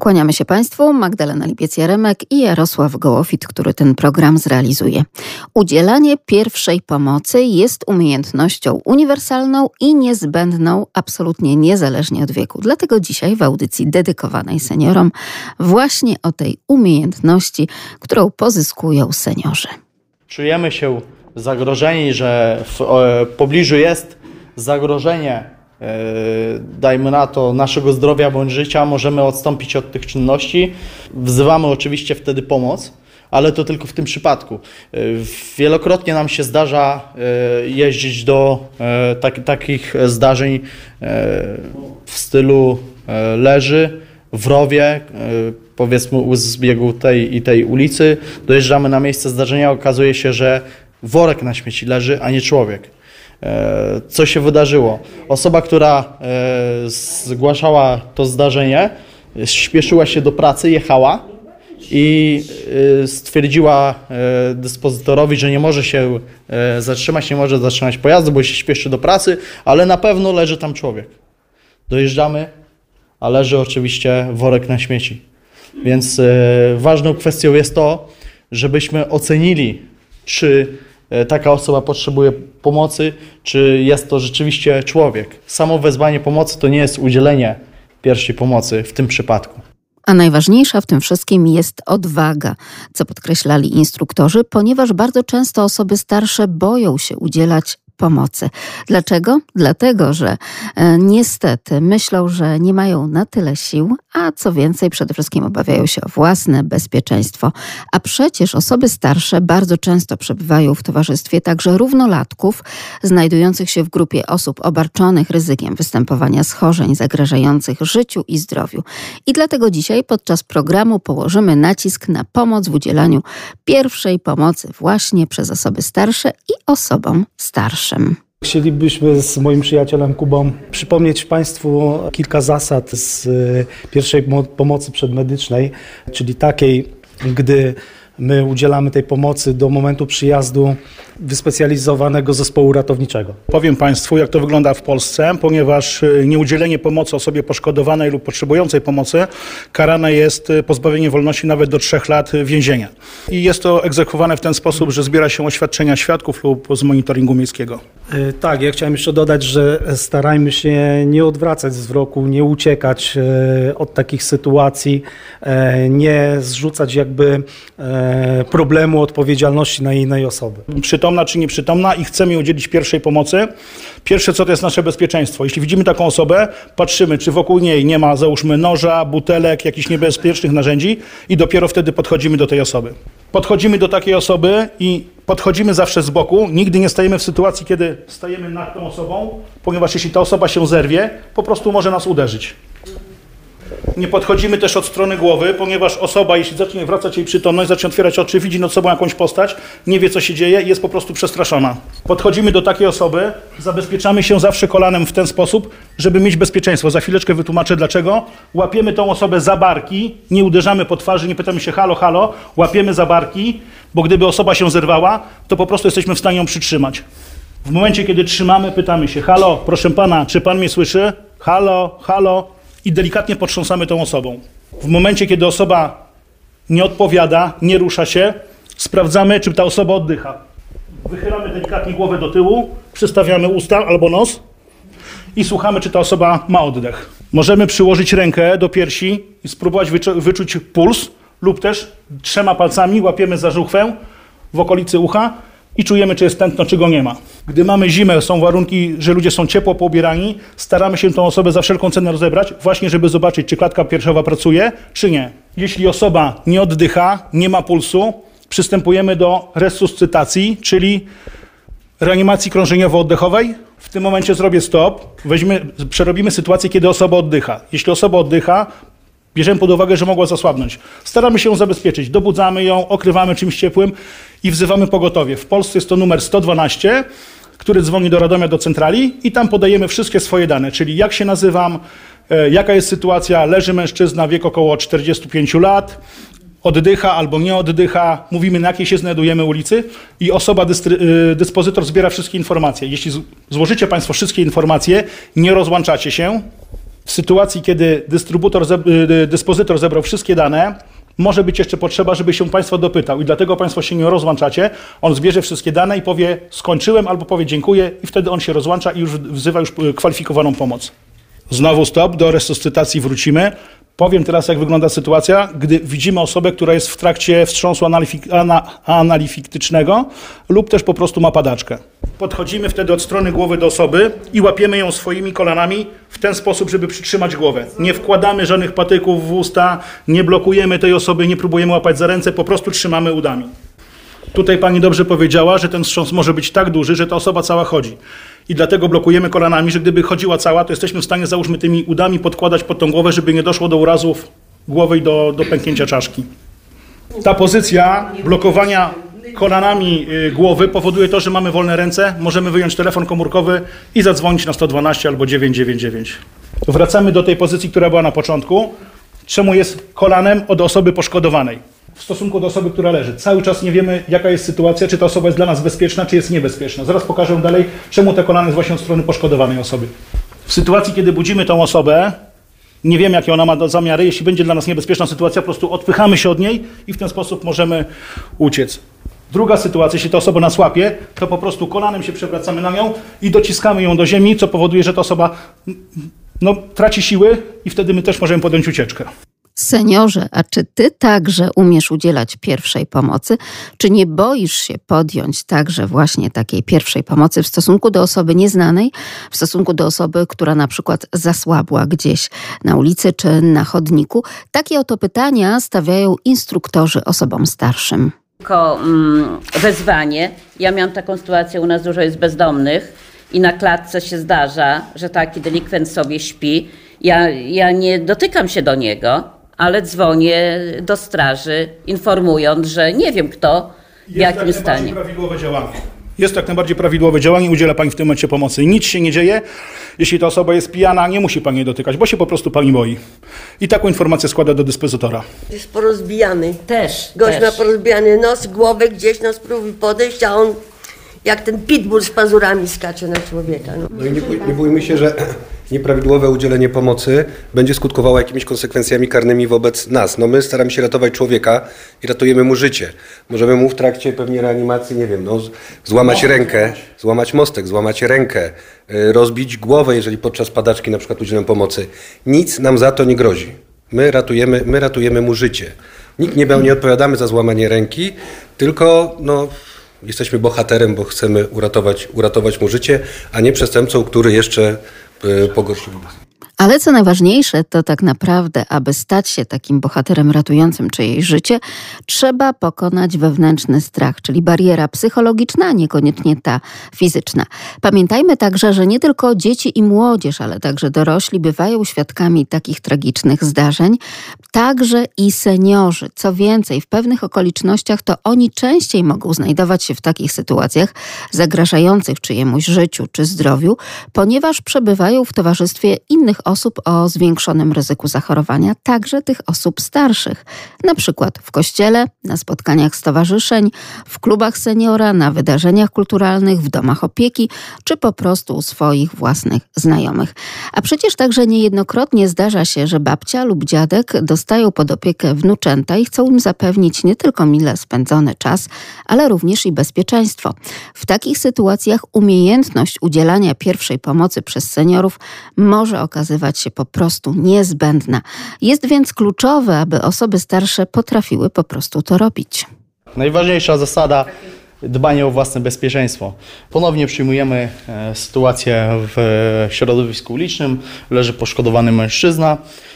Kłaniamy się Państwu, Magdalena Lipiec-Jaremek i Jarosław Gołofit, który ten program zrealizuje. Udzielanie pierwszej pomocy jest umiejętnością uniwersalną i niezbędną, absolutnie niezależnie od wieku. Dlatego dzisiaj w audycji dedykowanej seniorom właśnie o tej umiejętności, którą pozyskują seniorzy. Czujemy się zagrożeni, że w pobliżu jest zagrożenie, dajmy na to, naszego zdrowia bądź życia, możemy odstąpić od tych czynności. Wzywamy oczywiście wtedy pomoc, ale to tylko w tym przypadku. Wielokrotnie nam się zdarza jeździć do takich zdarzeń w stylu leży w rowie, powiedzmy u zbiegu tej i tej ulicy. Dojeżdżamy na miejsce zdarzenia, okazuje się, że worek na śmieci leży, a nie człowiek. Co się wydarzyło? Osoba, która zgłaszała to zdarzenie, śpieszyła się do pracy, jechała i stwierdziła dyspozytorowi, że nie może się zatrzymać, nie może zatrzymać pojazdu, bo się śpieszy do pracy, ale na pewno leży tam człowiek. Dojeżdżamy, a leży oczywiście worek na śmieci. Więc ważną kwestią jest to, żebyśmy ocenili, czy taka osoba potrzebuje pomocy, czy jest to rzeczywiście człowiek. Samo wezwanie pomocy to nie jest udzielenie pierwszej pomocy w tym przypadku. A najważniejsza w tym wszystkim jest odwaga, co podkreślali instruktorzy, ponieważ bardzo często osoby starsze boją się udzielać pomocy. Dlaczego? Dlatego, że niestety myślą, że nie mają na tyle sił, a co więcej, przede wszystkim obawiają się o własne bezpieczeństwo. A przecież osoby starsze bardzo często przebywają w towarzystwie także równolatków, znajdujących się w grupie osób obarczonych ryzykiem występowania schorzeń zagrażających życiu i zdrowiu. I dlatego dzisiaj podczas programu położymy nacisk na pomoc w udzielaniu pierwszej pomocy właśnie przez osoby starsze i osobom starszym. Chcielibyśmy z moim przyjacielem Kubą przypomnieć Państwu kilka zasad z pierwszej pomocy przedmedycznej, czyli takiej, gdy my udzielamy tej pomocy do momentu przyjazdu wyspecjalizowanego zespołu ratowniczego. Powiem Państwu, jak to wygląda w Polsce, ponieważ nieudzielenie pomocy osobie poszkodowanej lub potrzebującej pomocy karane jest pozbawieniem wolności nawet do 3 lat więzienia. I jest to egzekwowane w ten sposób, że zbiera się oświadczenia świadków lub z monitoringu miejskiego. Tak, ja chciałem jeszcze dodać, że starajmy się nie odwracać wzroku, nie uciekać od takich sytuacji, nie zrzucać jakby problemu odpowiedzialności na innej osoby. Przytomna czy nieprzytomna i chcemy jej udzielić pierwszej pomocy. Pierwsze co to jest nasze bezpieczeństwo. Jeśli widzimy taką osobę, patrzymy, czy wokół niej nie ma, załóżmy, noża, butelek, jakichś niebezpiecznych narzędzi i dopiero wtedy podchodzimy do tej osoby. Podchodzimy do takiej osoby i podchodzimy zawsze z boku. Nigdy nie stajemy w sytuacji, kiedy stajemy nad tą osobą, ponieważ jeśli ta osoba się zerwie, po prostu może nas uderzyć. Nie podchodzimy też od strony głowy, ponieważ osoba, jeśli zacznie wracać jej przytomność, zacznie otwierać oczy, widzi nad sobą jakąś postać, nie wie co się dzieje i jest po prostu przestraszona. Podchodzimy do takiej osoby, zabezpieczamy się zawsze kolanem w ten sposób, żeby mieć bezpieczeństwo. Za chwileczkę wytłumaczę dlaczego. Łapiemy tą osobę za barki, nie uderzamy po twarzy, nie pytamy się halo, halo, łapiemy za barki, bo gdyby osoba się zerwała, to po prostu jesteśmy w stanie ją przytrzymać. W momencie, kiedy trzymamy, pytamy się halo, proszę pana, czy pan mnie słyszy? Halo, halo. I delikatnie potrząsamy tą osobą. W momencie, kiedy osoba nie odpowiada, nie rusza się, sprawdzamy, czy ta osoba oddycha. Wychylamy delikatnie głowę do tyłu, przystawiamy usta albo nos i słuchamy, czy ta osoba ma oddech. Możemy przyłożyć rękę do piersi i spróbować wyczuć puls lub też 3 palcami łapiemy za żuchwę w okolicy ucha i czujemy, czy jest tętno, czy go nie ma. Gdy mamy zimę, są warunki, że ludzie są ciepło poubierani, staramy się tą osobę za wszelką cenę rozebrać, właśnie żeby zobaczyć, czy klatka piersiowa pracuje, czy nie. Jeśli osoba nie oddycha, nie ma pulsu, przystępujemy do resuscytacji, czyli reanimacji krążeniowo-oddechowej. W tym momencie zrobię stop, przerobimy sytuację, kiedy osoba oddycha. Jeśli osoba oddycha, bierzemy pod uwagę, że mogła zasłabnąć. Staramy się ją zabezpieczyć, dobudzamy ją, okrywamy czymś ciepłym i wzywamy pogotowie. W Polsce jest to numer 112, który dzwoni do Radomia, do centrali i tam podajemy wszystkie swoje dane, czyli jak się nazywam, jaka jest sytuacja, leży mężczyzna, wiek około 45 lat, oddycha albo nie oddycha, mówimy na jakiej się znajdujemy ulicy i osoba, dyspozytor zbiera wszystkie informacje. Jeśli złożycie Państwo wszystkie informacje, nie rozłączacie się, W sytuacji, kiedy dyspozytor zebrał wszystkie dane, może być jeszcze potrzeba, żeby się Państwo dopytał i dlatego Państwo się nie rozłączacie. On zbierze wszystkie dane i powie skończyłem albo powie dziękuję i wtedy on się rozłącza i już wzywa już kwalifikowaną pomoc. Znowu stop, do resuscytacji wrócimy. Powiem teraz, jak wygląda sytuacja, gdy widzimy osobę, która jest w trakcie wstrząsu analifiktycznego lub też po prostu ma padaczkę. Podchodzimy wtedy od strony głowy do osoby i łapiemy ją swoimi kolanami w ten sposób, żeby przytrzymać głowę. Nie wkładamy żadnych patyków w usta, nie blokujemy tej osoby, nie próbujemy łapać za ręce, po prostu trzymamy udami. Tutaj pani dobrze powiedziała, że ten wstrząs może być tak duży, że ta osoba cała chodzi. I dlatego blokujemy kolanami, że gdyby chodziła cała, to jesteśmy w stanie, załóżmy, tymi udami podkładać pod tą głowę, żeby nie doszło do urazów głowy i do pęknięcia czaszki. Ta pozycja blokowania kolanami głowy powoduje to, że mamy wolne ręce, możemy wyjąć telefon komórkowy i zadzwonić na 112 albo 999. Wracamy do tej pozycji, która była na początku. Czemu jest kolanem od osoby poszkodowanej? W stosunku do osoby, która leży. Cały czas nie wiemy, jaka jest sytuacja, czy ta osoba jest dla nas bezpieczna, czy jest niebezpieczna. Zaraz pokażę dalej, czemu te kolano jest właśnie od strony poszkodowanej osoby. W sytuacji, kiedy budzimy tą osobę, nie wiemy, jakie ona ma zamiary. Jeśli będzie dla nas niebezpieczna sytuacja, po prostu odpychamy się od niej i w ten sposób możemy uciec. Druga sytuacja, jeśli ta osoba nas łapie, to po prostu kolanem się przewracamy na nią i dociskamy ją do ziemi, co powoduje, że ta osoba traci siły i wtedy my też możemy podjąć ucieczkę. Seniorze, a czy ty także umiesz udzielać pierwszej pomocy? Czy nie boisz się podjąć także właśnie takiej pierwszej pomocy w stosunku do osoby nieznanej, w stosunku do osoby, która na przykład zasłabła gdzieś na ulicy czy na chodniku? Takie oto pytania stawiają instruktorzy osobom starszym. Tylko wezwanie. Ja miałam taką sytuację, u nas dużo jest bezdomnych i na klatce się zdarza, że taki delikwent sobie śpi. Ja nie dotykam się do niego, ale dzwonię do straży, informując, że nie wiem kto, w jakim stanie. Jest tak najbardziej prawidłowe działanie, udziela pani w tym momencie pomocy. Nic się nie dzieje. Jeśli ta osoba jest pijana, nie musi pani jej dotykać, bo się po prostu pani boi. I taką informację składa do dyspozytora. Jest porozbijany. Też. Gość ma porozbijany nos, głowę gdzieś, spróbuj podejść, a on jak ten pitbull z pazurami skacze na człowieka. No i nie bójmy się, że nieprawidłowe udzielenie pomocy będzie skutkowało jakimiś konsekwencjami karnymi wobec nas. My staramy się ratować człowieka i ratujemy mu życie. Możemy mu w trakcie pewnie reanimacji, złamać rękę, złamać mostek, złamać rękę, rozbić głowę, jeżeli podczas padaczki na przykład udzielamy pomocy. Nic nam za to nie grozi. My ratujemy mu życie. Nikt nie odpowiadamy za złamanie ręki, tylko jesteśmy bohaterem, bo chcemy uratować mu życie, a nie przestępcą, który jeszcze pogorszył. Ale co najważniejsze, to tak naprawdę, aby stać się takim bohaterem ratującym czyjeś życie, trzeba pokonać wewnętrzny strach, czyli bariera psychologiczna, a niekoniecznie ta fizyczna. Pamiętajmy także, że nie tylko dzieci i młodzież, ale także dorośli bywają świadkami takich tragicznych zdarzeń, także i seniorzy. Co więcej, w pewnych okolicznościach to oni częściej mogą znajdować się w takich sytuacjach zagrażających czyjemuś życiu czy zdrowiu, ponieważ przebywają w towarzystwie innych osób o zwiększonym ryzyku zachorowania, także tych osób starszych. Na przykład w kościele, na spotkaniach stowarzyszeń, w klubach seniora, na wydarzeniach kulturalnych, w domach opieki, czy po prostu u swoich własnych znajomych. A przecież także niejednokrotnie zdarza się, że babcia lub dziadek dostają pod opiekę wnuczęta i chcą im zapewnić nie tylko mile spędzony czas, ale również i bezpieczeństwo. W takich sytuacjach umiejętność udzielania pierwszej pomocy przez seniorów może okazywać się po prostu niezbędna. Jest więc kluczowe, aby osoby starsze potrafiły po prostu to robić. Najważniejsza zasada dbanie o własne bezpieczeństwo. Ponownie przyjmujemy sytuację w środowisku ulicznym. Leży poszkodowany mężczyzna.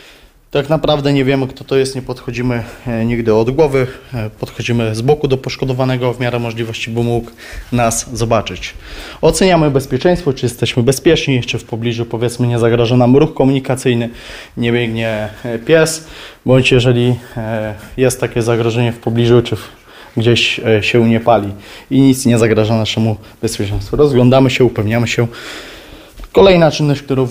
Tak naprawdę nie wiemy, kto to jest, nie podchodzimy nigdy od głowy, podchodzimy z boku do poszkodowanego w miarę możliwości, by mógł nas zobaczyć. Oceniamy bezpieczeństwo, czy jesteśmy bezpieczni, czy w pobliżu, powiedzmy, nie zagraża nam ruch komunikacyjny, nie biegnie pies, bądź jeżeli jest takie zagrożenie w pobliżu, czy gdzieś się nie pali i nic nie zagraża naszemu bezpieczeństwu. Rozglądamy się, upewniamy się. Kolejna czynność, którą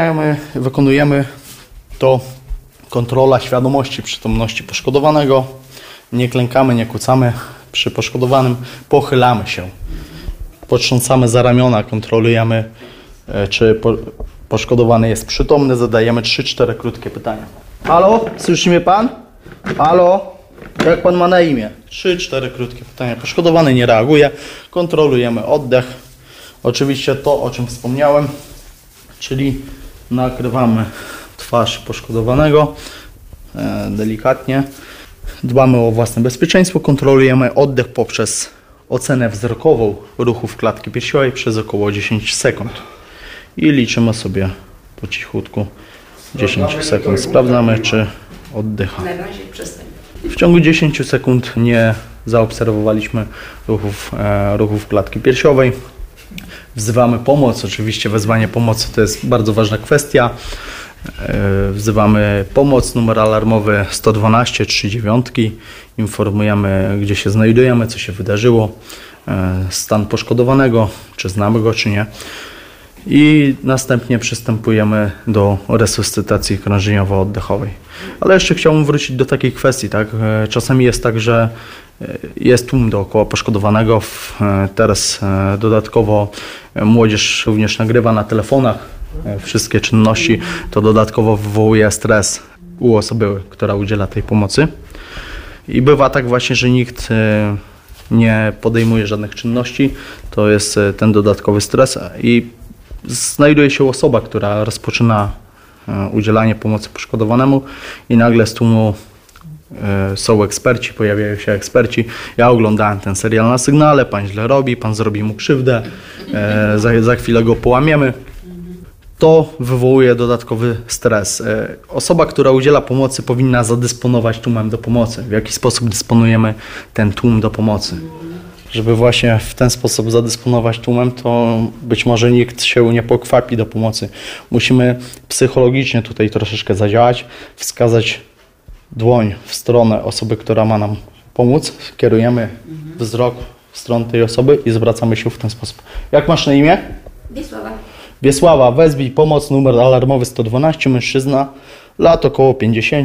wykonujemy, to kontrola świadomości, przytomności poszkodowanego. Nie klękamy, nie kucamy przy poszkodowanym, pochylamy się. Potrząsamy za ramiona, kontrolujemy, czy poszkodowany jest przytomny, zadajemy 3-4 krótkie pytania. Halo, słyszy mnie pan? Halo, jak pan ma na imię? 3-4 krótkie pytania. Poszkodowany nie reaguje, kontrolujemy oddech. Oczywiście to, o czym wspomniałem, czyli nakrywamy twarz poszkodowanego delikatnie. Dbamy o własne bezpieczeństwo, kontrolujemy oddech poprzez ocenę wzrokową ruchów klatki piersiowej przez około 10 sekund. I liczymy sobie po cichutku 10 sekund. Sprawdzamy, czy oddycha. W ciągu 10 sekund nie zaobserwowaliśmy ruchów klatki piersiowej. Wzywamy pomoc. Oczywiście wezwanie pomocy to jest bardzo ważna kwestia. Wzywamy pomoc, numer alarmowy 112 39. Informujemy, gdzie się znajdujemy, co się wydarzyło, stan poszkodowanego, czy znamy go, czy nie. I następnie przystępujemy do resuscytacji krążeniowo-oddechowej. Ale jeszcze chciałbym wrócić do takiej kwestii, tak? Czasami jest tak, że jest tłum dookoła poszkodowanego. Teraz dodatkowo młodzież również nagrywa na telefonach wszystkie czynności. To dodatkowo wywołuje stres u osoby, która udziela tej pomocy. I bywa tak właśnie, że nikt nie podejmuje żadnych czynności. To jest ten dodatkowy stres i znajduje się osoba, która rozpoczyna udzielanie pomocy poszkodowanemu i nagle z tłumu są eksperci, pojawiają się eksperci. Ja oglądałem ten serial na Sygnale, pan źle robi, pan zrobi mu krzywdę, za chwilę go połamiemy. To wywołuje dodatkowy stres. Osoba, która udziela pomocy, powinna zadysponować tłumem do pomocy. W jaki sposób dysponujemy ten tłum do pomocy? Żeby właśnie w ten sposób zadysponować tłumem, to być może nikt się nie pokwapi do pomocy. Musimy psychologicznie tutaj troszeczkę zadziałać, wskazać dłoń w stronę osoby, która ma nam pomóc. Kierujemy wzrok w stronę tej osoby i zwracamy się w ten sposób. Jak masz na imię? Wiesława. Wiesława, wezwij pomoc, numer alarmowy 112, mężczyzna, lat około 50,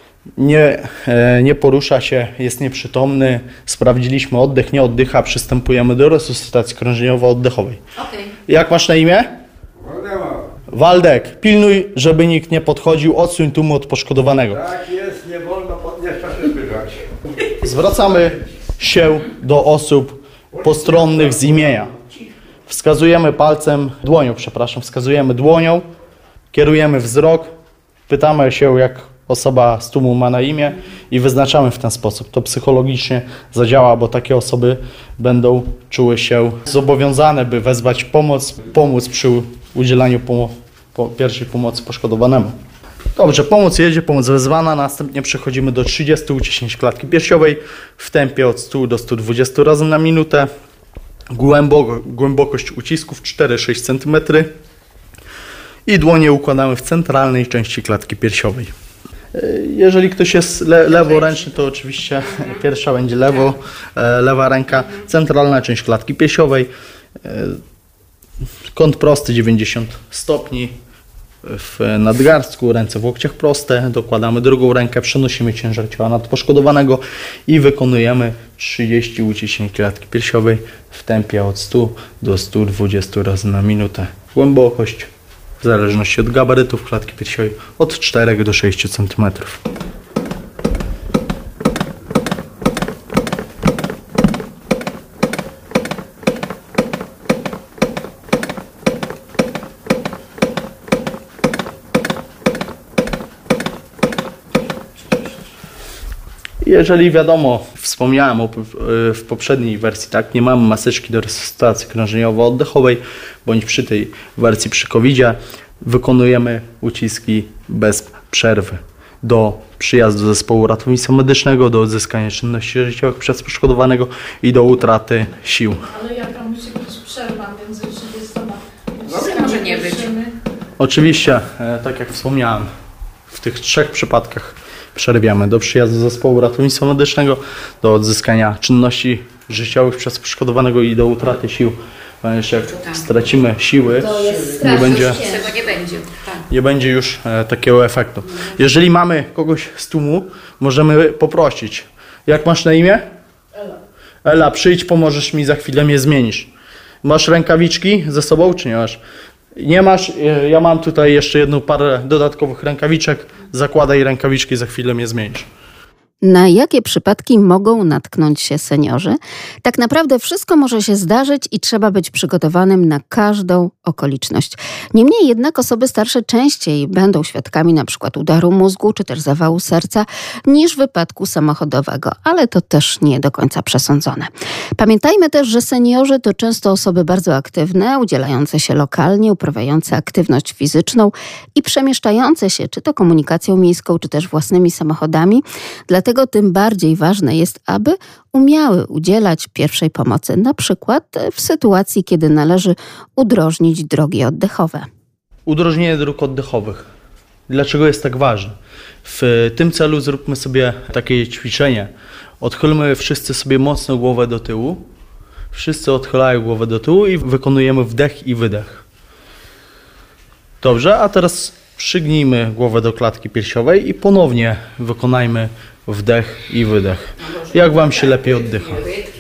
nie porusza się, jest nieprzytomny, sprawdziliśmy oddech, nie oddycha, przystępujemy do resuscytacji krążeniowo-oddechowej. Okay. Jak masz na imię? Waldek, pilnuj, żeby nikt nie podchodził, odsuń tłumu od poszkodowanego. Tak jest, nie wolno podnieść, się zbliżać. Zwracamy się do osób postronnych z imienia. Wskazujemy palcem, wskazujemy dłonią, kierujemy wzrok, pytamy się, jak osoba z tłumu ma na imię i wyznaczamy w ten sposób. To psychologicznie zadziała, bo takie osoby będą czuły się zobowiązane, by wezwać pomóc przy udzielaniu pierwszej pomocy poszkodowanemu. Dobrze, pomoc jedzie, pomoc wezwana, następnie przechodzimy do 30 uciśnięć klatki piersiowej w tempie od 100 do 120 razy na minutę. Głębokość ucisków 4-6 cm i dłonie układamy w centralnej części klatki piersiowej. Jeżeli ktoś jest leworęczny, to oczywiście pierwsza będzie lewa ręka, centralna część klatki piersiowej, kąt prosty 90 stopni w nadgarstku, ręce w łokciach proste, dokładamy drugą rękę, przenosimy ciężar ciała nad poszkodowanego i wykonujemy 30 uciśnięć klatki piersiowej w tempie od 100 do 120 razy na minutę. Głębokość w zależności od gabarytów klatki piersiowej od 4 do 6 cm. Jeżeli wiadomo, wspomniałem w poprzedniej wersji, tak, nie mamy maseczki do resuscytacji krążeniowo-oddechowej, bądź przy tej wersji przy COVID-zie, wykonujemy uciski bez przerwy do przyjazdu zespołu ratownictwa medycznego, do odzyskania czynności życiowych przez poszkodowanego i do utraty sił. Ale jaka musi być przerwa między 30? No, może nie być. Oczywiście, tak jak wspomniałem, w tych 3 przypadkach przerwiamy do przyjazdu zespołu ratownictwa medycznego, do odzyskania czynności życiowych przez poszkodowanego i do utraty sił. Ponieważ jak stracimy siły, nie będzie już takiego efektu. Jeżeli mamy kogoś z tłumu, możemy poprosić. Jak masz na imię? Ela, przyjdź, pomożesz mi, za chwilę mnie zmienisz. Masz rękawiczki ze sobą, czy nie masz? Nie masz, ja mam tutaj jeszcze jedną parę dodatkowych rękawiczek. Zakładaj rękawiczki, za chwilę mnie zmienisz. Na jakie przypadki mogą natknąć się seniorzy? Tak naprawdę wszystko może się zdarzyć i trzeba być przygotowanym na każdą okoliczność. Niemniej jednak osoby starsze częściej będą świadkami na przykład udaru mózgu czy też zawału serca niż wypadku samochodowego, ale to też nie do końca przesądzone. Pamiętajmy też, że seniorzy to często osoby bardzo aktywne, udzielające się lokalnie, uprawiające aktywność fizyczną i przemieszczające się czy to komunikacją miejską, czy też własnymi samochodami. Dlatego tym bardziej ważne jest, aby umiały udzielać pierwszej pomocy, na przykład w sytuacji, kiedy należy udrożnić drogi oddechowe. Udrożnienie dróg oddechowych. Dlaczego jest tak ważne? W tym celu zróbmy sobie takie ćwiczenie. Odchylmy wszyscy sobie mocno głowę do tyłu. Wszyscy odchylają głowę do tyłu i wykonujemy wdech i wydech. Dobrze, a teraz przygnijmy głowę do klatki piersiowej i ponownie wykonajmy wdech i wydech. Jak wam się lepiej oddycha?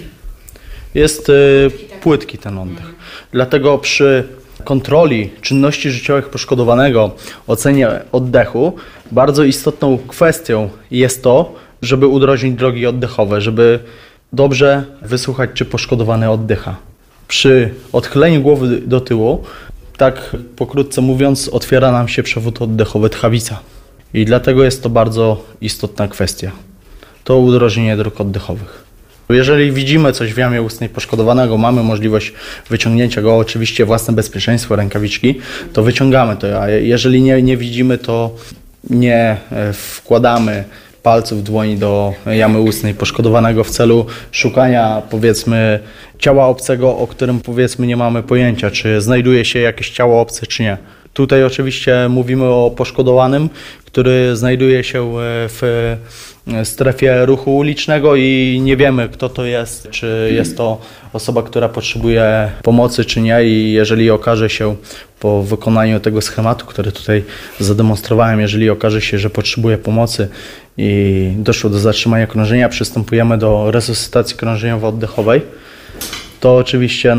Jest płytki ten oddech. Dlatego przy kontroli czynności życiowych poszkodowanego, ocenie oddechu, bardzo istotną kwestią jest to, żeby udrożnić drogi oddechowe, żeby dobrze wysłuchać, czy poszkodowany oddycha. Przy odchyleniu głowy do tyłu, tak pokrótce mówiąc, otwiera nam się przewód oddechowy tchawica. I dlatego jest to bardzo istotna kwestia. To udrożnienie dróg oddechowych. Jeżeli widzimy coś w jamie ustnej poszkodowanego, mamy możliwość wyciągnięcia go, oczywiście własne bezpieczeństwo, rękawiczki, to wyciągamy to. A jeżeli nie widzimy, to nie wkładamy palców dłoni do jamy ustnej poszkodowanego w celu szukania, powiedzmy, ciała obcego, o którym, powiedzmy, nie mamy pojęcia, czy znajduje się jakieś ciało obce, czy nie. Tutaj oczywiście mówimy o poszkodowanym, który znajduje się w strefie ruchu ulicznego i nie wiemy, kto to jest, czy jest to osoba, która potrzebuje pomocy, czy nie. I jeżeli okaże się po wykonaniu tego schematu, który tutaj zademonstrowałem, jeżeli okaże się, że potrzebuje pomocy i doszło do zatrzymania krążenia, przystępujemy do resuscytacji krążeniowo-oddechowej, to oczywiście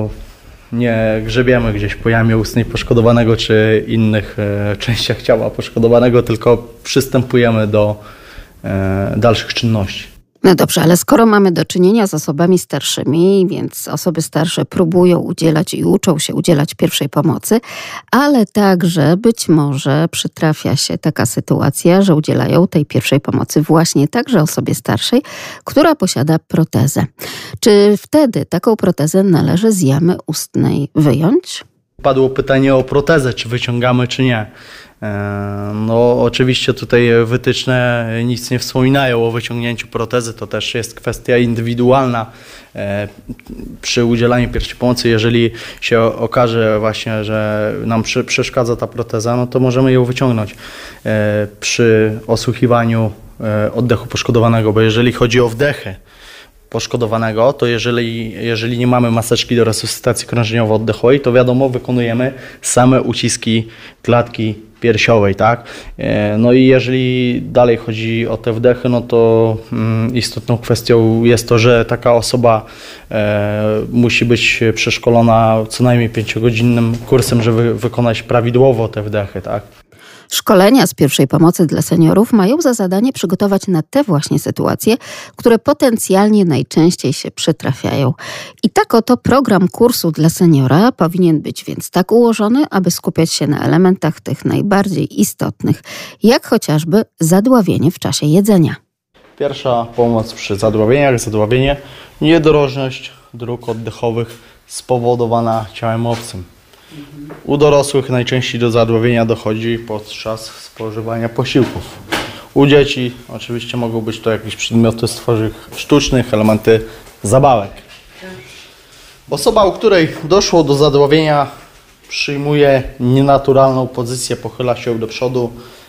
nie grzebiemy gdzieś po jamie ustnej poszkodowanego czy innych częściach ciała poszkodowanego, tylko przystępujemy do dalszych czynności. No dobrze, ale skoro mamy do czynienia z osobami starszymi, więc osoby starsze próbują udzielać i uczą się udzielać pierwszej pomocy, ale także być może przytrafia się taka sytuacja, że udzielają tej pierwszej pomocy właśnie także osobie starszej, która posiada protezę. Czy wtedy taką protezę należy z jamy ustnej wyjąć? Padło pytanie o protezę, czy wyciągamy, czy nie. Oczywiście tutaj wytyczne nic nie wspominają o wyciągnięciu protezy, to też jest kwestia indywidualna. Przy udzielaniu pierwszej pomocy, jeżeli się okaże właśnie, że nam przeszkadza ta proteza, to możemy ją wyciągnąć przy osłuchiwaniu oddechu poszkodowanego, bo jeżeli chodzi o wdechy poszkodowanego, to jeżeli nie mamy maseczki do resuscytacji krążeniowo-oddechowej, to wiadomo, wykonujemy same uciski klatki piersiowej, tak? I jeżeli dalej chodzi o te wdechy, to istotną kwestią jest to, że taka osoba musi być przeszkolona co najmniej 5-godzinnym kursem, żeby wykonać prawidłowo te wdechy, tak? Szkolenia z pierwszej pomocy dla seniorów mają za zadanie przygotować na te właśnie sytuacje, które potencjalnie najczęściej się przytrafiają. I tak oto program kursu dla seniora powinien być więc tak ułożony, aby skupiać się na elementach tych najbardziej istotnych, jak chociażby zadławienie w czasie jedzenia. Pierwsza pomoc przy zadławieniach, zadławienie, niedorożność dróg oddechowych spowodowana ciałem obcym. U dorosłych najczęściej do zadławienia dochodzi podczas spożywania posiłków. U dzieci oczywiście mogą być to jakieś przedmioty z tworzyw sztucznych, elementy zabawek. Osoba, u której doszło do zadławienia, przyjmuje nienaturalną pozycję, pochyla się do przodu,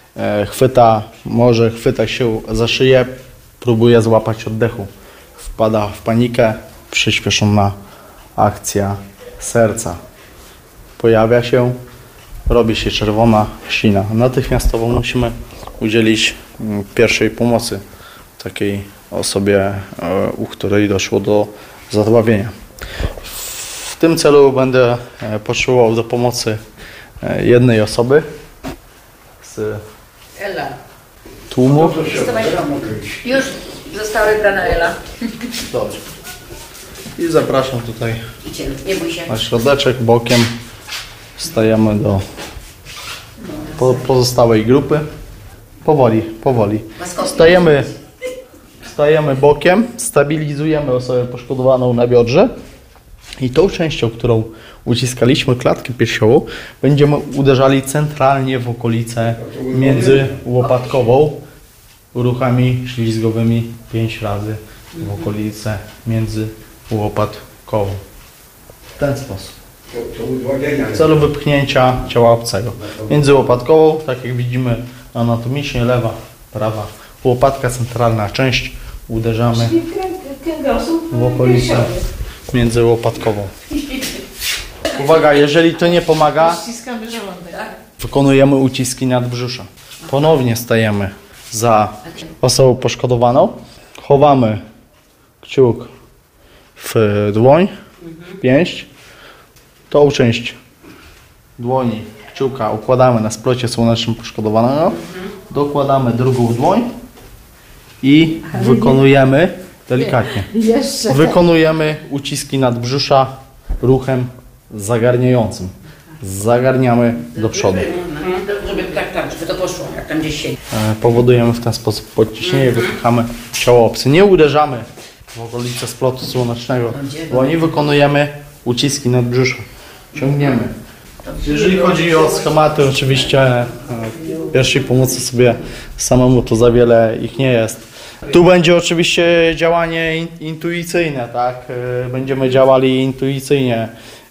chwyta się za szyję, próbuje złapać oddechu. Wpada w panikę, przyspieszona akcja serca. Pojawia się, robi się czerwona sina. Natychmiastowo musimy udzielić pierwszej pomocy takiej osobie, u której doszło do zadławienia. W tym celu będę potrzebował do pomocy jednej osoby z Ela. tłumu. Już została wybrana Ela. Dobrze. I zapraszam tutaj Idźcie, nie bój się. na środeczek, bokiem. Stajemy do pozostałej grupy. Powoli. Stajemy bokiem, stabilizujemy osobę poszkodowaną na biodrze i tą częścią, którą uciskaliśmy klatkę piersiową, będziemy uderzali centralnie w okolicę międzyłopatkową ruchami ślizgowymi 5 razy w okolicę międzyłopatkową. W ten sposób. W celu wypchnięcia ciała obcego. Międzyłopatkową, tak jak widzimy anatomicznie, lewa, prawa, łopatka centralna część, uderzamy w okolicę międzyłopatkową. Uwaga, jeżeli to nie pomaga, wykonujemy uciski nadbrzusza. Ponownie stajemy za osobą poszkodowaną, chowamy kciuk w dłoń, w pięść, tą część dłoni, kciuka układamy na splocie słonecznym poszkodowanego, dokładamy drugą dłoń i wykonujemy delikatnie. Wykonujemy uciski nadbrzusza ruchem zagarniającym. Zagarniamy do przodu. Żeby żeby to poszło, jak tam gdzieś siedzi. Powodujemy w ten sposób podciśnienie, wypychamy ciało obce. Nie uderzamy w okolice splotu słonecznego dłoni, wykonujemy uciski nadbrzusza. Ciągniemy. Jeżeli chodzi o schematy, oczywiście pierwszej pomocy sobie samemu to za wiele ich nie jest. Tu będzie oczywiście działanie intuicyjne, tak? Będziemy działali intuicyjnie.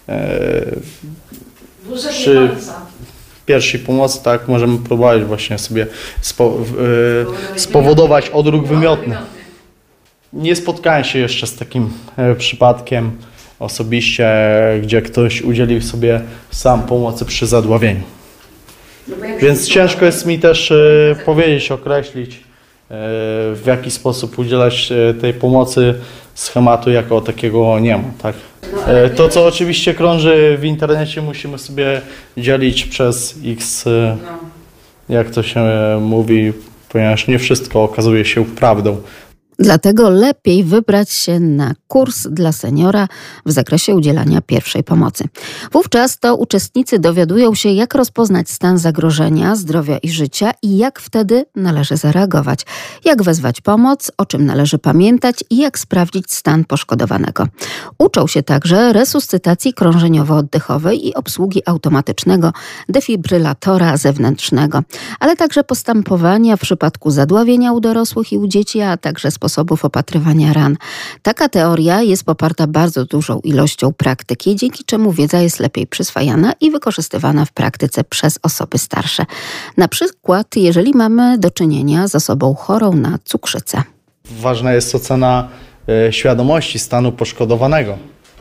Przy pierwszej pomocy, tak, możemy próbować właśnie sobie spowodować odruch wymiotny. Nie spotkałem się jeszcze z takim przypadkiem osobiście, gdzie ktoś udzielił sobie sam pomocy przy zadławieniu. Więc ciężko jest mi też powiedzieć, określić, w jaki sposób udzielać tej pomocy. Schematu jako takiego nie ma. Tak? To, co oczywiście krąży w internecie, musimy sobie dzielić przez X, jak to się mówi, ponieważ nie wszystko okazuje się prawdą. Dlatego lepiej wybrać się na kurs dla seniora w zakresie udzielania pierwszej pomocy. Wówczas to uczestnicy dowiadują się, jak rozpoznać stan zagrożenia zdrowia i życia i jak wtedy należy zareagować, jak wezwać pomoc, o czym należy pamiętać i jak sprawdzić stan poszkodowanego. Uczą się także resuscytacji krążeniowo-oddechowej i obsługi automatycznego defibrylatora zewnętrznego, ale także postępowania w przypadku zadławienia u dorosłych i u dzieci, a także sposobów opatrywania ran. Taka teoria jest poparta bardzo dużą ilością praktyki, dzięki czemu wiedza jest lepiej przyswajana i wykorzystywana w praktyce przez osoby starsze. Na przykład, jeżeli mamy do czynienia z osobą chorą na cukrzycę. Ważna jest ocena świadomości stanu poszkodowanego.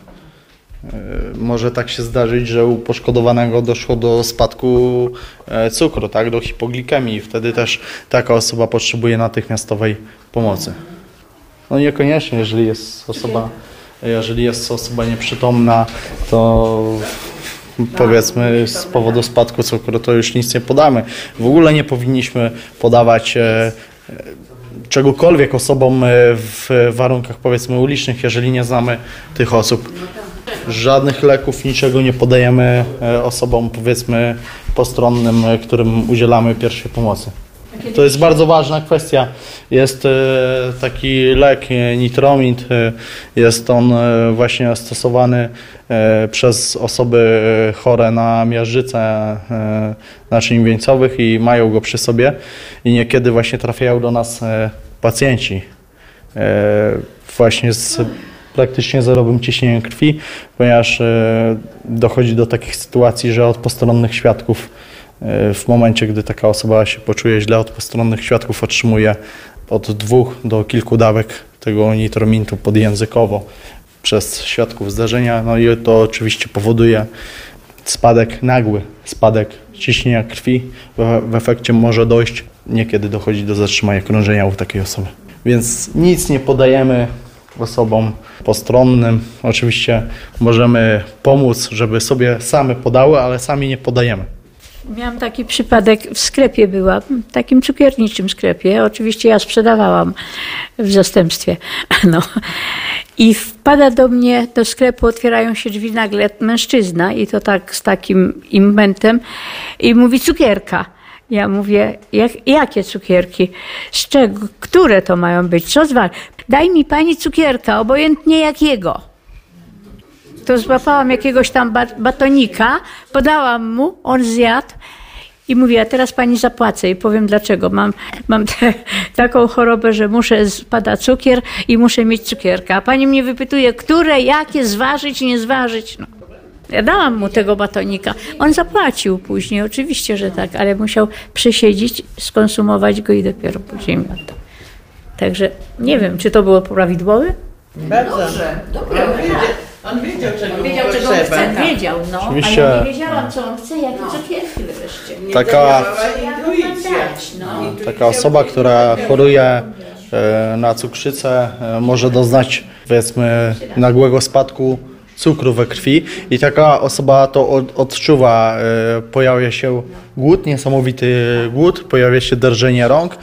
Może tak się zdarzyć, że u poszkodowanego doszło do spadku cukru, tak, do hipoglikemii. Wtedy też taka osoba potrzebuje natychmiastowej pomocy. No niekoniecznie, jeżeli jest osoba nieprzytomna, to powiedzmy z powodu spadku cukru to już nic nie podamy. W ogóle nie powinniśmy podawać czegokolwiek osobom w warunkach powiedzmy ulicznych, jeżeli nie znamy tych osób. Żadnych leków, niczego nie podajemy osobom powiedzmy postronnym, którym udzielamy pierwszej pomocy. To jest bardzo ważna kwestia. Jest taki lek nitromint, jest on właśnie stosowany przez osoby chore na miażdżycę naczyń wieńcowych i mają go przy sobie i niekiedy właśnie trafiają do nas pacjenci właśnie z praktycznie zerowym ciśnieniem krwi, ponieważ dochodzi do takich sytuacji, że od postronnych świadków w momencie, gdy taka osoba się poczuje źle, od postronnych świadków otrzymuje od 2 do kilku dawek tego nitromintu podjęzykowo przez świadków zdarzenia. No i to oczywiście powoduje nagły spadek ciśnienia krwi. W efekcie może dojść, niekiedy dochodzi do zatrzymania krążenia u takiej osoby. Więc nic nie podajemy osobom postronnym. Oczywiście możemy pomóc, żeby sobie same podały, ale sami nie podajemy. Miałam taki przypadek, w sklepie byłam, w takim cukierniczym sklepie. Oczywiście ja sprzedawałam w zastępstwie. No. I wpada do mnie do sklepu, otwierają się drzwi, nagle mężczyzna i to tak z takim impetem i mówi cukierka. Ja mówię, jakie cukierki? Z czego? Które to mają być? Co zważy? Daj mi pani cukierka, obojętnie jakiego. To złapałam jakiegoś tam batonika, podałam mu, on zjadł i mówię, a teraz pani zapłacę i powiem dlaczego. Mam taką chorobę, że spada cukier i muszę mieć cukierka. A pani mnie wypytuje, które, jakie, zważyć, nie zważyć. No. Ja dałam mu tego batonika. On zapłacił później, oczywiście, że tak, ale musiał przesiedzieć, skonsumować go i dopiero później miał to. Także nie wiem, czy to było prawidłowe? Bardzo. Dobrze. On wiedział, czego chce. Wiedział, no, oczywiście, ale ja nie wiedziałam, co on chce, jakie cukierki wreszcie. Taka osoba, która choruje na cukrzycę, może doznać, powiedzmy, nagłego spadku cukru we krwi i taka osoba to odczuwa. Pojawia się głód, niesamowity głód, pojawia się drżenie rąk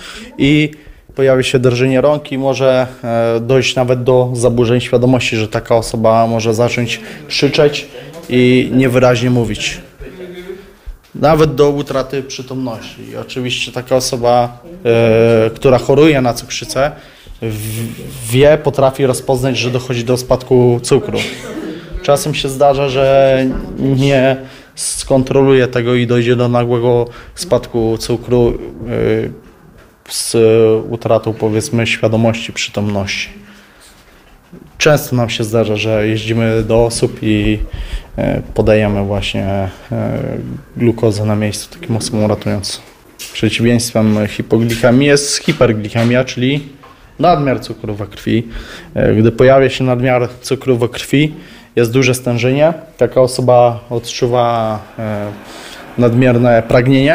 i może dojść nawet do zaburzeń świadomości, że taka osoba może zacząć krzyczeć i niewyraźnie mówić. Nawet do utraty przytomności. I oczywiście taka osoba, która choruje na cukrzycę, potrafi rozpoznać, że dochodzi do spadku cukru. Czasem się zdarza, że nie skontroluje tego i dojdzie do nagłego spadku cukru z utratą, powiedzmy, świadomości, przytomności. Często nam się zdarza, że jeździmy do osób i podajemy właśnie glukozę na miejscu takim osobom, ratując. Przeciwieństwem hipoglikemii jest hiperglikemia, czyli nadmiar cukru we krwi. Gdy pojawia się nadmiar cukru we krwi, jest duże stężenie. Taka osoba odczuwa nadmierne pragnienie,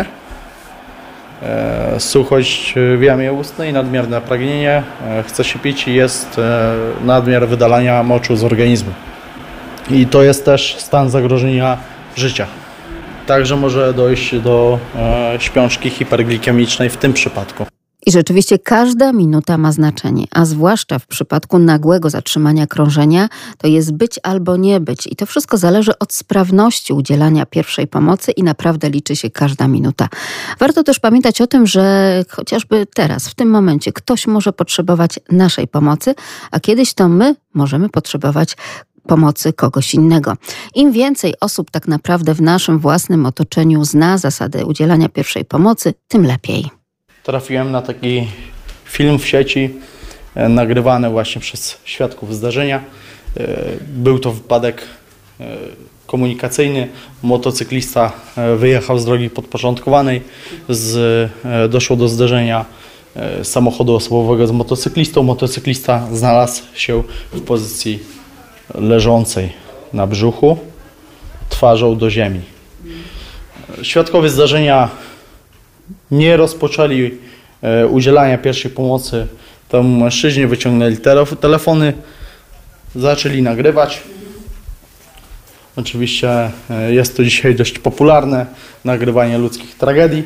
suchość w jamie ustnej, nadmierne pragnienie, chce się pić i jest nadmiar wydalania moczu z organizmu. I to jest też stan zagrożenia życia. Także może dojść do śpiączki hiperglikemicznej w tym przypadku. I rzeczywiście każda minuta ma znaczenie, a zwłaszcza w przypadku nagłego zatrzymania krążenia, to jest być albo nie być. I to wszystko zależy od sprawności udzielania pierwszej pomocy i naprawdę liczy się każda minuta. Warto też pamiętać o tym, że chociażby teraz, w tym momencie, ktoś może potrzebować naszej pomocy, a kiedyś to my możemy potrzebować pomocy kogoś innego. Im więcej osób tak naprawdę w naszym własnym otoczeniu zna zasady udzielania pierwszej pomocy, tym lepiej. Trafiłem na taki film w sieci, nagrywany właśnie przez świadków zdarzenia. Był to wypadek komunikacyjny. Motocyklista wyjechał z drogi podporządkowanej. Doszło do zderzenia samochodu osobowego z motocyklistą. Motocyklista znalazł się w pozycji leżącej na brzuchu, twarzą do ziemi. Świadkowie zdarzenia nie rozpoczęli udzielania pierwszej pomocy temu mężczyźnie, wyciągnęli telefony, zaczęli nagrywać. Oczywiście jest to dzisiaj dość popularne, nagrywanie ludzkich tragedii.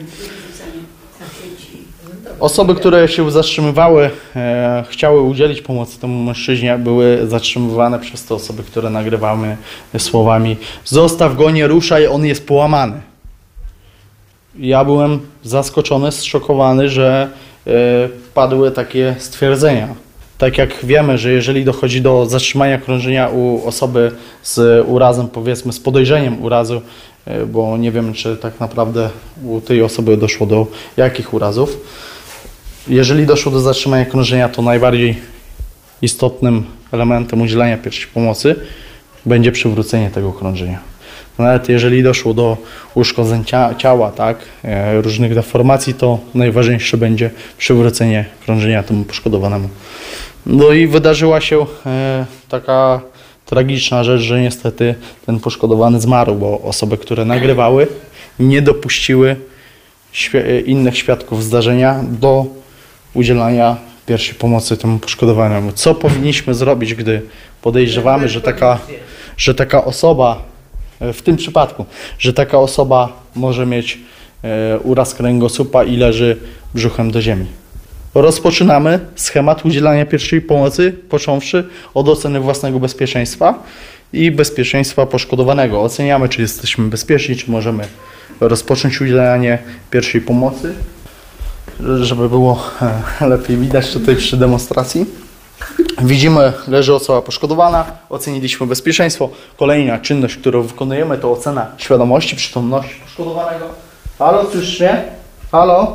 Osoby, które się zatrzymywały, chciały udzielić pomocy temu mężczyźnie, były zatrzymywane przez te osoby, które nagrywały słowami: zostaw go, nie ruszaj, on jest połamany. Ja byłem zaskoczony, zszokowany, że padły takie stwierdzenia. Tak jak wiemy, że jeżeli dochodzi do zatrzymania krążenia u osoby z urazem, powiedzmy z podejrzeniem urazu, bo nie wiemy, czy tak naprawdę u tej osoby doszło do jakich urazów. Jeżeli doszło do zatrzymania krążenia, to najbardziej istotnym elementem udzielania pierwszej pomocy będzie przywrócenie tego krążenia. Nawet jeżeli doszło do uszkodzeń ciała, tak, różnych deformacji, to najważniejsze będzie przywrócenie krążenia temu poszkodowanemu. No i wydarzyła się taka tragiczna rzecz, że niestety ten poszkodowany zmarł, bo osoby, które nagrywały, nie dopuściły innych świadków zdarzenia do udzielania pierwszej pomocy temu poszkodowanemu. Co powinniśmy zrobić, gdy podejrzewamy, że taka osoba w tym przypadku, że taka osoba może mieć uraz kręgosłupa i leży brzuchem do ziemi. Rozpoczynamy schemat udzielania pierwszej pomocy, począwszy od oceny własnego bezpieczeństwa i bezpieczeństwa poszkodowanego. Oceniamy, czy jesteśmy bezpieczni, czy możemy rozpocząć udzielanie pierwszej pomocy, żeby było lepiej widać tutaj przy demonstracji. Widzimy, leży osoba poszkodowana, oceniliśmy bezpieczeństwo. Kolejna czynność, którą wykonujemy, to ocena świadomości, przytomności poszkodowanego. Halo, słyszysz mnie? Halo?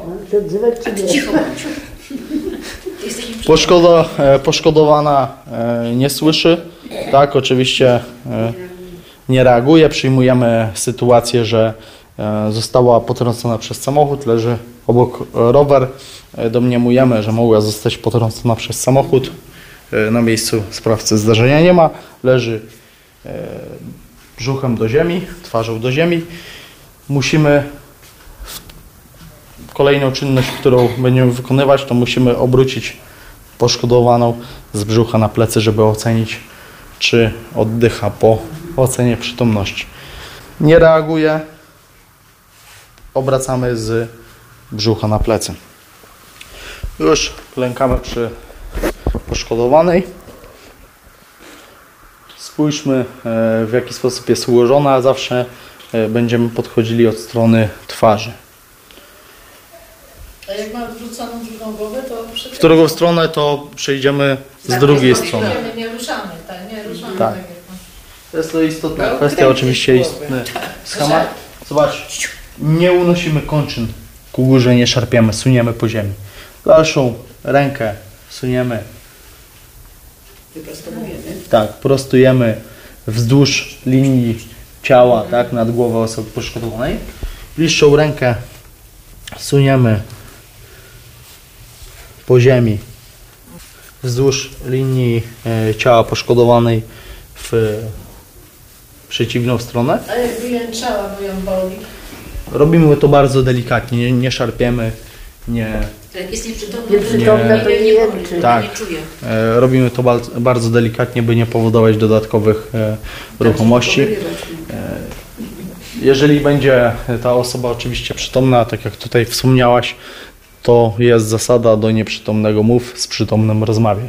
Poszkodowana nie słyszy, tak, oczywiście nie reaguje. Przyjmujemy sytuację, że została potrącona przez samochód, leży obok rower. Domniemujemy, że mogła zostać potrącona przez samochód. Na miejscu sprawcy zdarzenia nie ma. Leży brzuchem do ziemi, twarzą do ziemi. Musimy kolejną czynność, którą będziemy wykonywać, to musimy obrócić poszkodowaną z brzucha na plecy, żeby ocenić, czy oddycha po ocenie przytomności. Nie reaguje, obracamy z brzucha na plecy. Już klękamy przy poszkodowanej. Spójrzmy, w jaki sposób jest ułożona. Zawsze będziemy podchodzili od strony twarzy. A jak ma wrzuconą drugą głowę, to... W drugą stronę to przejdziemy z drugiej strony. Nie ruszamy, tak? Nie ruszamy. Tak. Jest to istotna kwestia, oczywiście istotny schemat. Zobacz, nie unosimy kończyn ku górze, nie szarpiemy, suniemy po ziemi. Dalszą rękę suniemy. Tak, prostujemy wzdłuż linii ciała, tak, nad głową osoby poszkodowanej. Bliższą rękę suniemy po ziemi wzdłuż linii ciała poszkodowanej w przeciwną stronę. A jakby jęczała, bo ją boli? Robimy to bardzo delikatnie, nie szarpiemy, nie... Jak jest nieprzytomna, to nie jęczy, tak, nie czuje. Robimy to bardzo delikatnie, by nie powodować dodatkowych ruchomości. Jeżeli będzie ta osoba oczywiście przytomna, tak jak tutaj wspomniałaś, to jest zasada: do nieprzytomnego mów, z przytomnym rozmawiaj.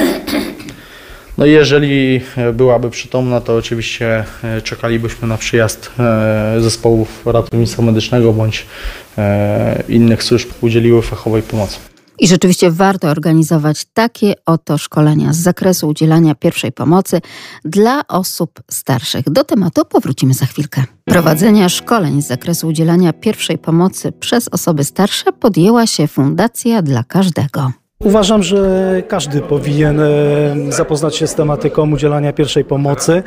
No i jeżeli byłaby przytomna, to oczywiście czekalibyśmy na przyjazd zespołów ratownictwa medycznego bądź innych służb udzieliły fachowej pomocy. I rzeczywiście warto organizować takie oto szkolenia z zakresu udzielania pierwszej pomocy dla osób starszych. Do tematu powrócimy za chwilkę. Prowadzenia szkoleń z zakresu udzielania pierwszej pomocy przez osoby starsze podjęła się Fundacja dla Każdego. Uważam, że każdy powinien zapoznać się z tematyką udzielania pierwszej pomocy.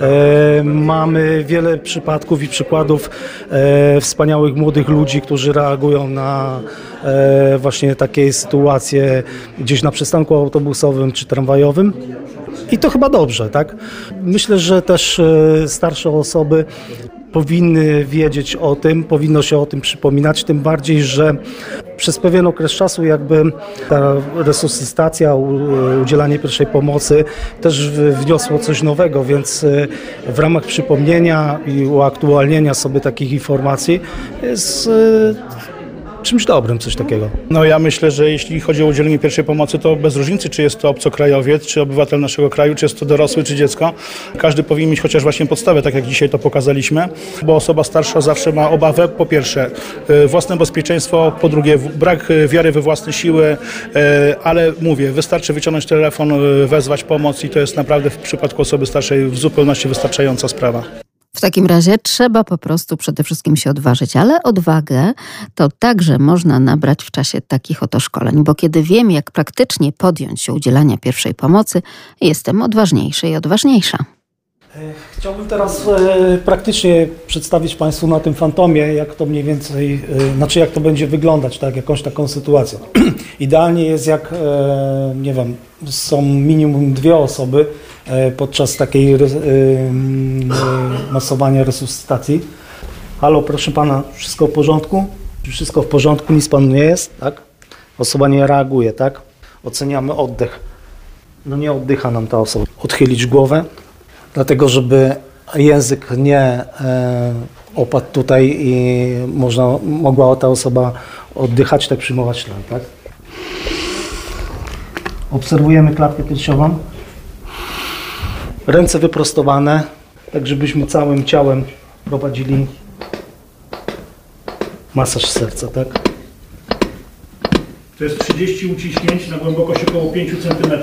Mamy wiele przypadków i przykładów wspaniałych młodych ludzi, którzy reagują na właśnie takie sytuacje gdzieś na przystanku autobusowym czy tramwajowym. I to chyba dobrze, tak? Myślę, że też starsze osoby powinny wiedzieć o tym, powinno się o tym przypominać, tym bardziej, że przez pewien okres czasu jakby ta resuscytacja, udzielanie pierwszej pomocy też wniosło coś nowego, więc w ramach przypomnienia i uaktualnienia sobie takich informacji jest czymś dobrym, coś takiego. No ja myślę, że jeśli chodzi o udzielenie pierwszej pomocy, to bez różnicy, czy jest to obcokrajowiec, czy obywatel naszego kraju, czy jest to dorosły, czy dziecko. Każdy powinien mieć chociaż właśnie podstawę, tak jak dzisiaj to pokazaliśmy, bo osoba starsza zawsze ma obawę, po pierwsze własne bezpieczeństwo, po drugie brak wiary we własne siły, ale mówię, wystarczy wyciągnąć telefon, wezwać pomoc i to jest naprawdę w przypadku osoby starszej w zupełności wystarczająca sprawa. W takim razie trzeba po prostu przede wszystkim się odważyć, ale odwagę to także można nabrać w czasie takich oto szkoleń, bo kiedy wiem, jak praktycznie podjąć się udzielania pierwszej pomocy, jestem odważniejszy i odważniejsza. Chciałbym teraz praktycznie przedstawić Państwu na tym fantomie, jak to mniej więcej, jak to będzie wyglądać, tak, jakąś taką sytuację. Idealnie jest, jak, nie wiem, są minimum 2 osoby podczas takiej masowania resuscytacji. Halo, proszę Pana, wszystko w porządku? Wszystko w porządku, nic Panu nie jest, tak? Osoba nie reaguje, tak? Oceniamy oddech. No nie oddycha nam ta osoba. Odchylić głowę, dlatego żeby język nie opadł tutaj i mogła ta osoba oddychać, tak przyjmować tlen, tak? Obserwujemy klatkę piersiową. Ręce wyprostowane, tak żebyśmy całym ciałem prowadzili masaż serca, tak? To jest 30 uciśnięć na głębokość około 5 cm.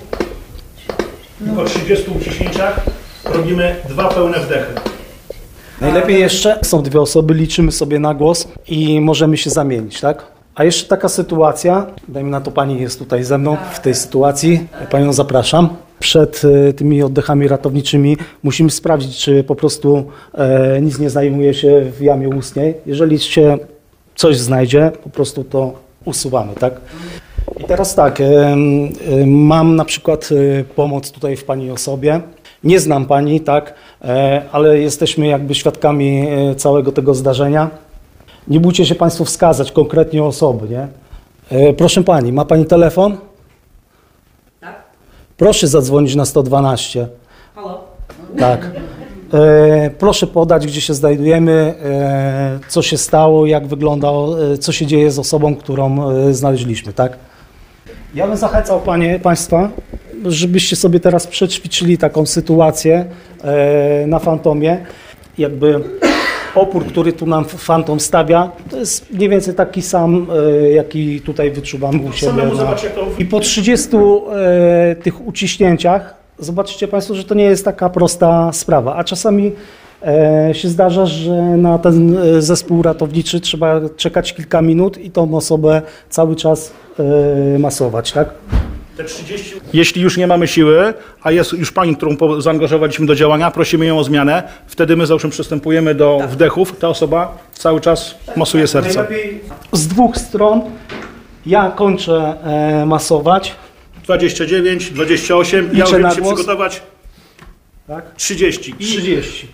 Po 30 uciśnięciach robimy 2 pełne wdechy. Najlepiej jeszcze są 2 osoby, liczymy sobie na głos i możemy się zamienić, tak? A jeszcze taka sytuacja, dajmy na to, pani jest tutaj ze mną w tej sytuacji, ja panią zapraszam. Przed tymi oddechami ratowniczymi musimy sprawdzić, czy po prostu nic nie znajduje się w jamie ustnej. Jeżeli się coś znajdzie, po prostu to usuwamy, tak? I teraz tak, mam na przykład pomoc tutaj w pani osobie. Nie znam pani, tak, ale jesteśmy jakby świadkami całego tego zdarzenia. Nie bójcie się państwo wskazać konkretnie osoby, nie? Proszę pani, ma pani telefon? Tak. Proszę zadzwonić na 112. Halo? Tak. Proszę podać, gdzie się znajdujemy, co się stało, jak wygląda, co się dzieje z osobą, którą znaleźliśmy, tak? Ja bym zachęcał państwa, żebyście sobie teraz przećwiczyli taką sytuację na Fantomie. Jakby opór, który tu nam Fantom stawia, to jest mniej więcej taki sam, jaki tutaj wyczuwamy u siebie. I po 30 tych uciśnięciach zobaczycie państwo, że to nie jest taka prosta sprawa, a czasami się zdarza, że na ten zespół ratowniczy trzeba czekać kilka minut i tą osobę cały czas masować, tak? Te 30. Jeśli już nie mamy siły, a jest już pani, którą zaangażowaliśmy do działania, prosimy ją o zmianę, wtedy my załóżmy przystępujemy do wdechów, ta osoba cały czas masuje serce. Najlepiej z 2 stron. Ja kończę masować. 29, 28, ja umiem się przygotować. Tak? 30. 30.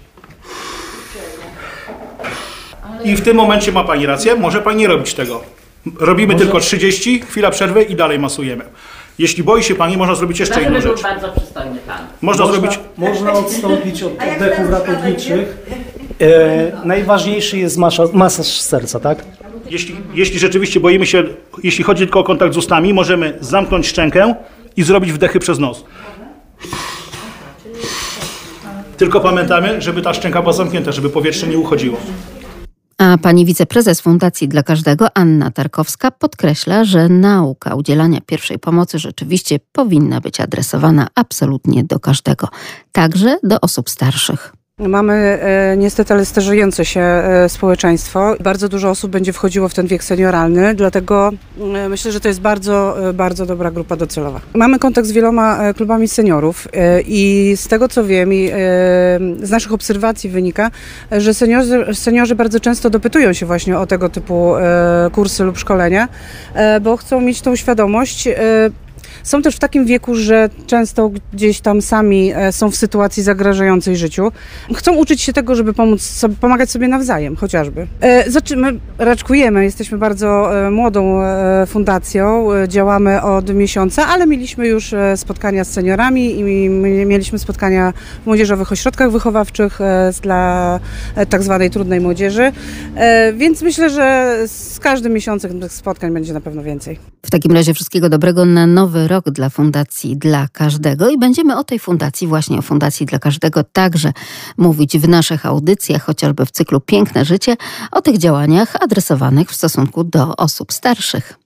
I w tym momencie ma pani rację, może pani nie robić tego. Robimy tylko 30, chwila przerwy i dalej masujemy. Jeśli boi się pani, można zrobić jeszcze jedną rzecz. Był bardzo przystojny pan. Można odstąpić od oddechów ratowniczych. Najważniejszy jest masaż serca, tak? Jeśli rzeczywiście boimy się, jeśli chodzi tylko o kontakt z ustami, możemy zamknąć szczękę i zrobić wdechy przez nos. Tylko pamiętamy, żeby ta szczęka była zamknięta, żeby powietrze nie uchodziło. A pani wiceprezes Fundacji Dla Każdego, Anna Tarkowska, podkreśla, że nauka udzielania pierwszej pomocy rzeczywiście powinna być adresowana absolutnie do każdego, także do osób starszych. Mamy niestety ale starzejące się społeczeństwo. Bardzo dużo osób będzie wchodziło w ten wiek senioralny, dlatego myślę, że to jest bardzo, bardzo dobra grupa docelowa. Mamy kontakt z wieloma klubami seniorów i z tego co wiem i z naszych obserwacji wynika, że seniorzy bardzo często dopytują się właśnie o tego typu kursy lub szkolenia, bo chcą mieć tą świadomość. Są też w takim wieku, że często gdzieś tam sami są w sytuacji zagrażającej życiu. Chcą uczyć się tego, żeby pomagać sobie nawzajem chociażby. My raczkujemy, jesteśmy bardzo młodą fundacją, działamy od miesiąca, ale mieliśmy już spotkania z seniorami i mieliśmy spotkania w młodzieżowych ośrodkach wychowawczych dla tak zwanej trudnej młodzieży, więc myślę, że z każdym miesiącem tych spotkań będzie na pewno więcej. W takim razie wszystkiego dobrego na nowy rok dla Fundacji Dla Każdego i będziemy o tej fundacji, właśnie o Fundacji Dla Każdego także mówić w naszych audycjach, chociażby w cyklu Piękne Życie, o tych działaniach adresowanych w stosunku do osób starszych.